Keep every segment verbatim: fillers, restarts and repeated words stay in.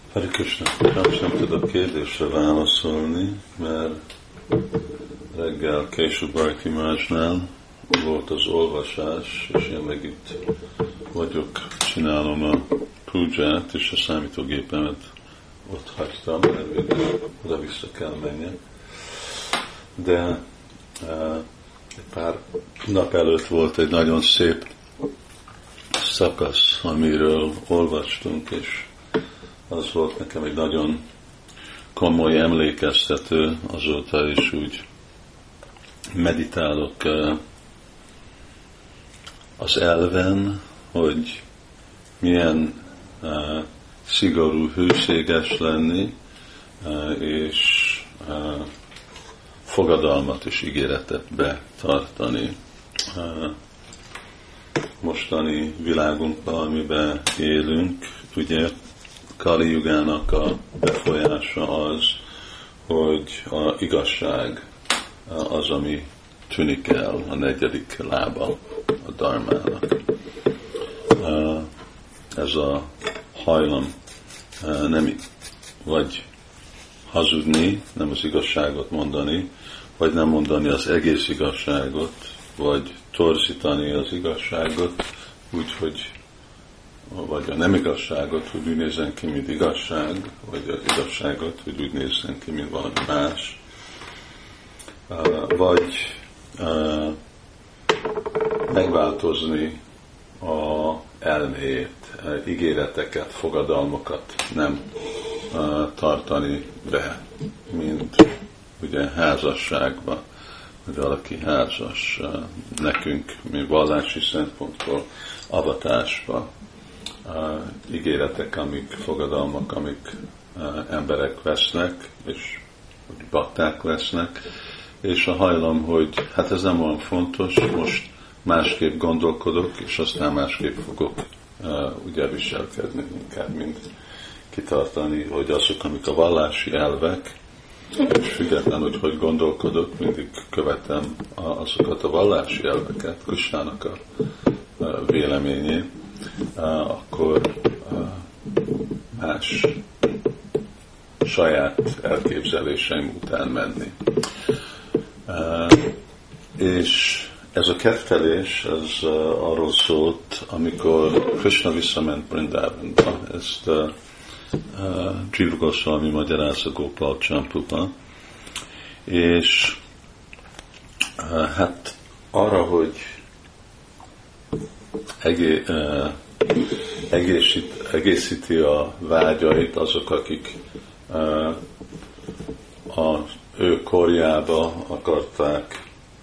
Hare Krishna, most nem tudok kérdésre válaszolni, mert reggel később Bharati Maharajnál volt az olvasás, és én meg itt vagyok, csinálom a púdzsát, és a számítógépemet ott hagytam, mert végül oda-vissza kell menjek. De uh, egy pár nap előtt volt egy nagyon szép szakasz, amiről olvastunk, és az volt nekem egy nagyon komoly emlékeztető, azóta is úgy meditálok az elven, hogy milyen uh, szigorú, hűséges lenni, uh, és uh, fogadalmat és ígéretet betartani. Uh, mostani világunkban, amiben élünk, ugye Kali Jugának a befolyása az, hogy a igazság az, ami tűnik el, a negyedik lába a dharmának. Ez a hajlam nem vagy hazudni, nem az igazságot mondani, vagy nem mondani az egész igazságot, vagy torzítani az igazságot, úgyhogy vagy a nem igazságot, hogy úgy nézzen ki, mint igazság, vagy az igazságot, hogy úgy nézzen ki, mint valami más. Vagy megváltozni a elméjét, ígéreteket, fogadalmakat nem tartani be, mint ugye házasságban, hogy valaki házas, nekünk, mi vallási szempontból avatásba, Uh, ígéretek, amik fogadalmak, amik uh, emberek vesznek, és hogy bakták lesznek, és a hajlam, hogy hát ez nem olyan fontos, most másképp gondolkodok, és aztán másképp fogok uh, ugye viselkedni, inkább mint kitartani, hogy azok, amik a vallási elvek, és független, hogy hogy gondolkodok, mindig követem azokat a vallási elveket, Krisnának a uh, véleményét, Uh, akkor uh, más saját elképzeléseim után menni. Uh, és ez a kettelés, ez uh, arról szólt, amikor Krishna visszament Vrindavanba, ezt uh, uh, Jiva Goswami magyarázza Gopal Champuba, és uh, hát arra, hogy Egé, uh, egészít, egészíti a vágyait azok, akik uh, a ő korjába akarták,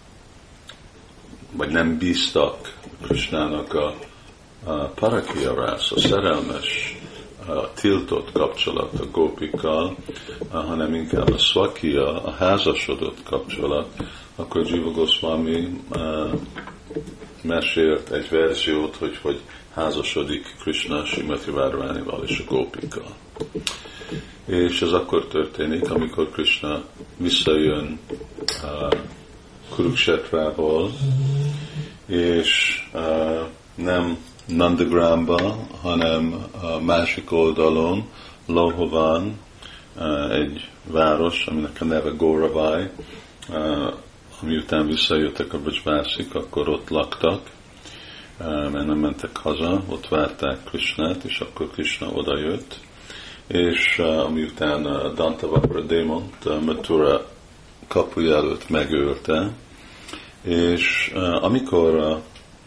vagy nem bíztak Krisnának a, a parakiyarász, a szerelmes, a tiltott kapcsolat a gópikkal, hanem inkább a swakiya, a házasodott kapcsolat, akkor Jiva Goswami uh, mesélt egy verziót, hogy hogy házasodik Krishna Srimati Radharanival és a gópikkal. És ez akkor történik, amikor Krishna visszajön uh, Kurukshetrából, és uh, nem Nandagramba, hanem a másik oldalon, Lohovan, uh, egy város, aminek a neve Góravai, uh, miután visszajöttek a Brajbászik, akkor ott laktak, mert nem mentek haza, ott várták Krishnát, és akkor Krishna odajött, és miután Dantavakra démont Mathura kapuja előtt megölte, és amikor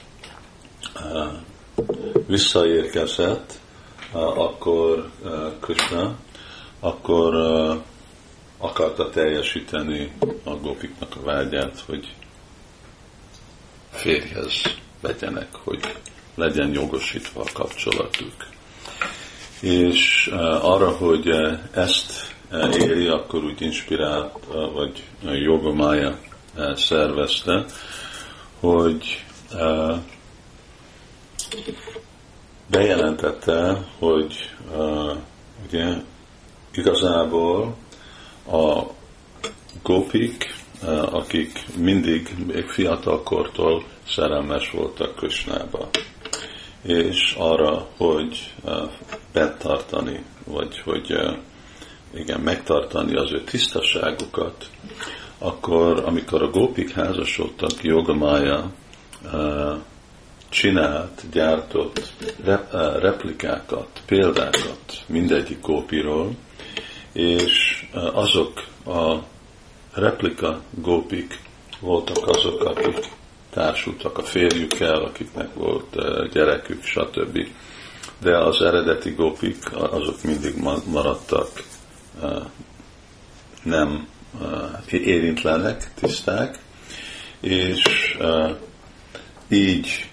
visszaérkezett, akkor Krishna, akkor akarta teljesíteni a gópiknak a vágyát, hogy férjhez vegyenek, hogy legyen jogosítva a kapcsolatuk. És uh, arra, hogy uh, ezt uh, éri, akkor úgy inspirált, uh, vagy uh, Yoga Maya uh, szervezte, hogy uh, bejelentette, hogy uh, ugye, igazából a gópik, akik mindig még fiatal kortól szerelmes voltak Krishnába. és arra, hogy betartani, vagy hogy igen, megtartani az ő tisztaságukat, akkor amikor a gópik házasodtak, Jogamája csinált, gyártott replikákat, példákat mindegyik gópiról, és azok a replika gópik voltak azok, akik társultak a férjükkel, akiknek volt gyerekük, stb. De az eredeti gópik, azok mindig maradtak nem érintlenek, tiszták, és így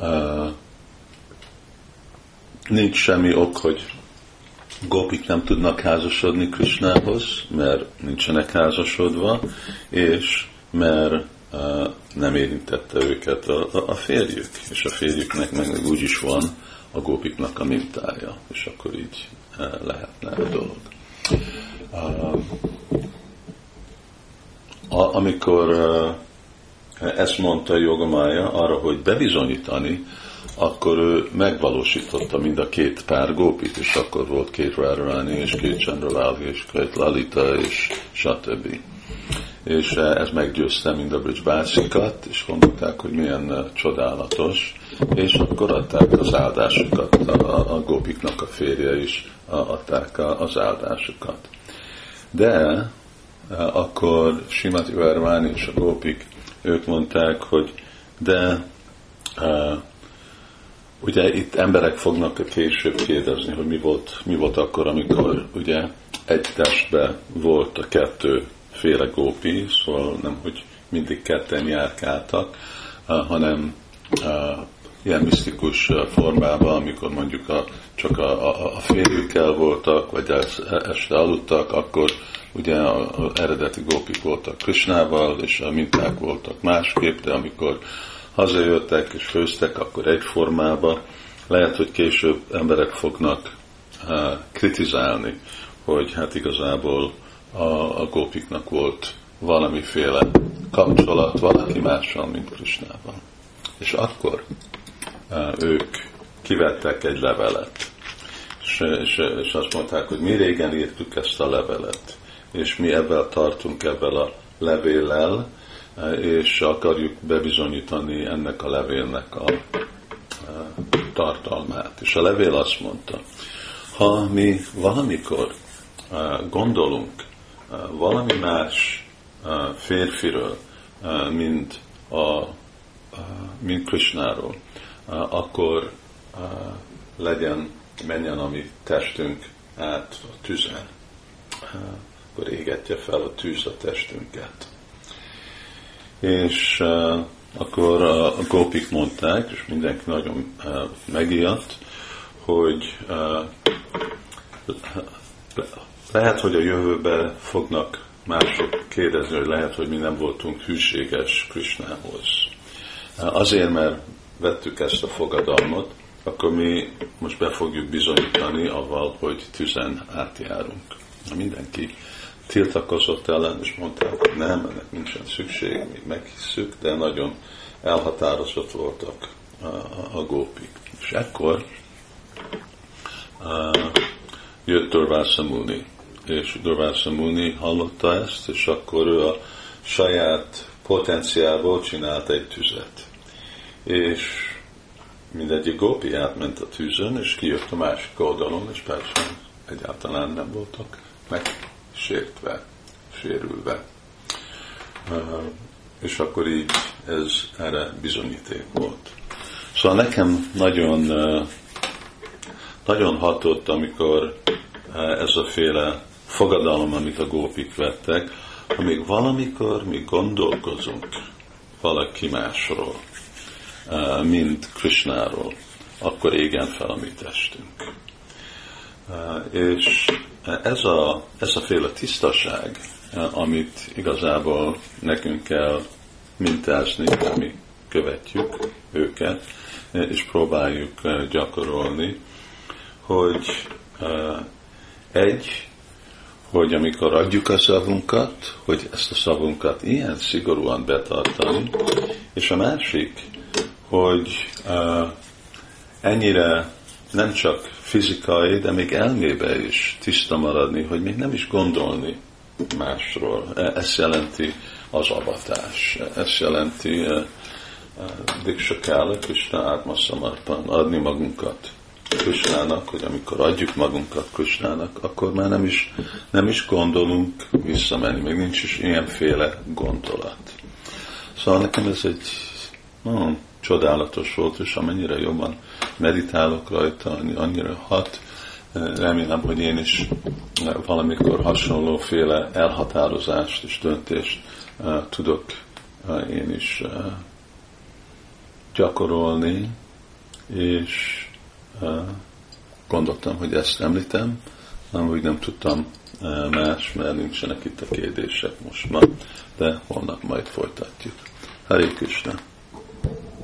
nincs semmi ok, hogy gópik nem tudnak házasodni Krisnához, mert nincsenek házasodva, és mert uh, nem érintette őket a, a férjük, és a férjüknek meg úgy is van a gópiknak a mintája, és akkor így uh, lehetne a dolog. Uh, a, amikor uh, ezt mondta Jogamája arra, hogy bebizonyítani, akkor ő megvalósította mind a két pár gópit, és akkor volt két Radharani, és két Chandralali, és két Lalita, és stb. És ez meggyőzte mind a Brijbásikat, és gondolták, hogy milyen csodálatos, és akkor adták az áldásokat, a, a gópiknak a férje is adták az áldásokat. De akkor Srimati Radharani és a gópik, ők mondták, hogy de ugye itt emberek fognak később kérdezni, hogy mi volt, mi volt akkor, amikor ugye egy testben volt a kettő féle gópi, szóval nem, hogy mindig ketten járkáltak, hanem ilyen misztikus formában, amikor mondjuk a, csak a, a, a férjükkel voltak, vagy este aludtak, akkor ugye az eredeti gópik voltak Krisnával, és a minták voltak másképp, de amikor hazajöttek és főztek, akkor egyformában. Lehet, hogy később emberek fognak uh, kritizálni, hogy hát igazából a, a gópiknak volt valamiféle kapcsolat valaki mással, mint Krisnával. És akkor uh, ők kivettek egy levelet, és, és, és azt mondták, hogy mi régen írtuk ezt a levelet, és mi ebben tartunk ebben a levéllel, és akarjuk bebizonyítani ennek a levélnek a tartalmát. És a levél azt mondta, ha mi valamikor gondolunk valami más férfiről, mint, a, mint Krishnáról, akkor legyen, menjen a mi testünk át a tüzen. Akkor égetje fel a tűz a testünket. És uh, akkor a gópik mondták, és mindenki nagyon uh, megijedt, hogy uh, lehet, hogy a jövőben fognak mások kérdezni, hogy lehet, hogy mi nem voltunk hűséges Krishnához. Uh, azért, mert vettük ezt a fogadalmat, akkor mi most be fogjuk bizonyítani avval, hogy tüzen átjárunk. Mindenki tiltakozott ellen, és mondták, hogy nem, ennek nincsen szükség, mi meghisszük, de nagyon elhatározott voltak a, a, a gópik. És ekkor uh, jött Durvasa Muni, és Durvasa Muni hallotta ezt, és akkor ő a saját potenciálból csinált egy tüzet. És mindegyik gópi átment a tűzön, és kijött a másik oldalon, és persze egyáltalán nem voltak megsértve, sérülve. Uh, és akkor így ez erre bizonyíték volt. Szóval nekem nagyon, uh, nagyon hatott, amikor uh, ez a féle fogadalom, amit a gópik vettek, ha még valamikor mi gondolkozunk valaki másról, uh, mint Krishnáról, akkor égen fel a mi testünk. Uh, és ez a, ez a féle tisztaság, amit igazából nekünk kell mintázni, mi követjük őket, és próbáljuk gyakorolni, hogy egy, hogy amikor adjuk a szavunkat, hogy ezt a szavunkat ilyen szigorúan betartani, és a másik, hogy ennyire nem csak fizikai, de még elmébe is tiszta maradni, hogy még nem is gondolni másról. Ez jelenti az avatás. Ez jelenti Diksakála, Krishna Átma Samarpan, adni magunkat Krishnának, hogy amikor adjuk magunkat Krishnának, akkor már nem is, nem is gondolunk visszamenni, még nincs is ilyenféle gondolat. Szóval nekem ez egy nagyon csodálatos volt, és amennyire jobban meditálok rajta, annyira hat, remélem, hogy én is valamikor hasonlóféle elhatározást és döntést tudok én is gyakorolni, és gondoltam, hogy ezt említem, nem úgy nem tudtam más, mert nincsenek itt a kérdések most ma, de holnap majd folytatjuk. Hare Krishna!